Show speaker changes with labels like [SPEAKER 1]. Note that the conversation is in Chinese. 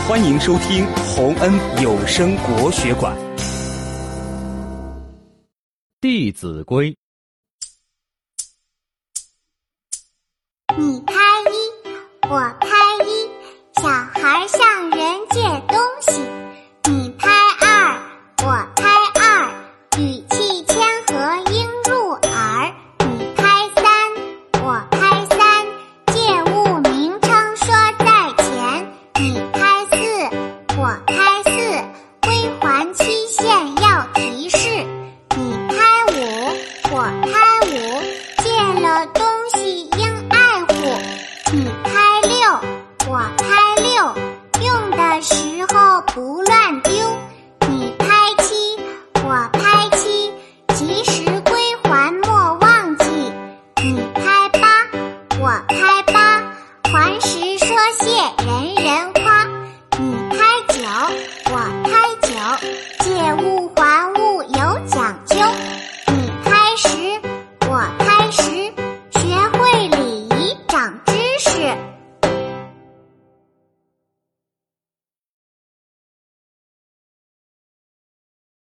[SPEAKER 1] 欢迎收听洪恩有声国学馆《弟子规》。
[SPEAKER 2] 你拍一，我拍一，小孩向人借东西。你拍二，我拍二，语气谦和应入耳。你拍三，我拍三，借物名称说在前。你拍四，我拍四，归还期限要提示。你拍五，我拍五，借了东西应爱护。你拍六，我拍六，用的时候不乱丢。你拍七，我拍七，及时归还莫忘记。你拍八，我拍八，还时说谢人人夸。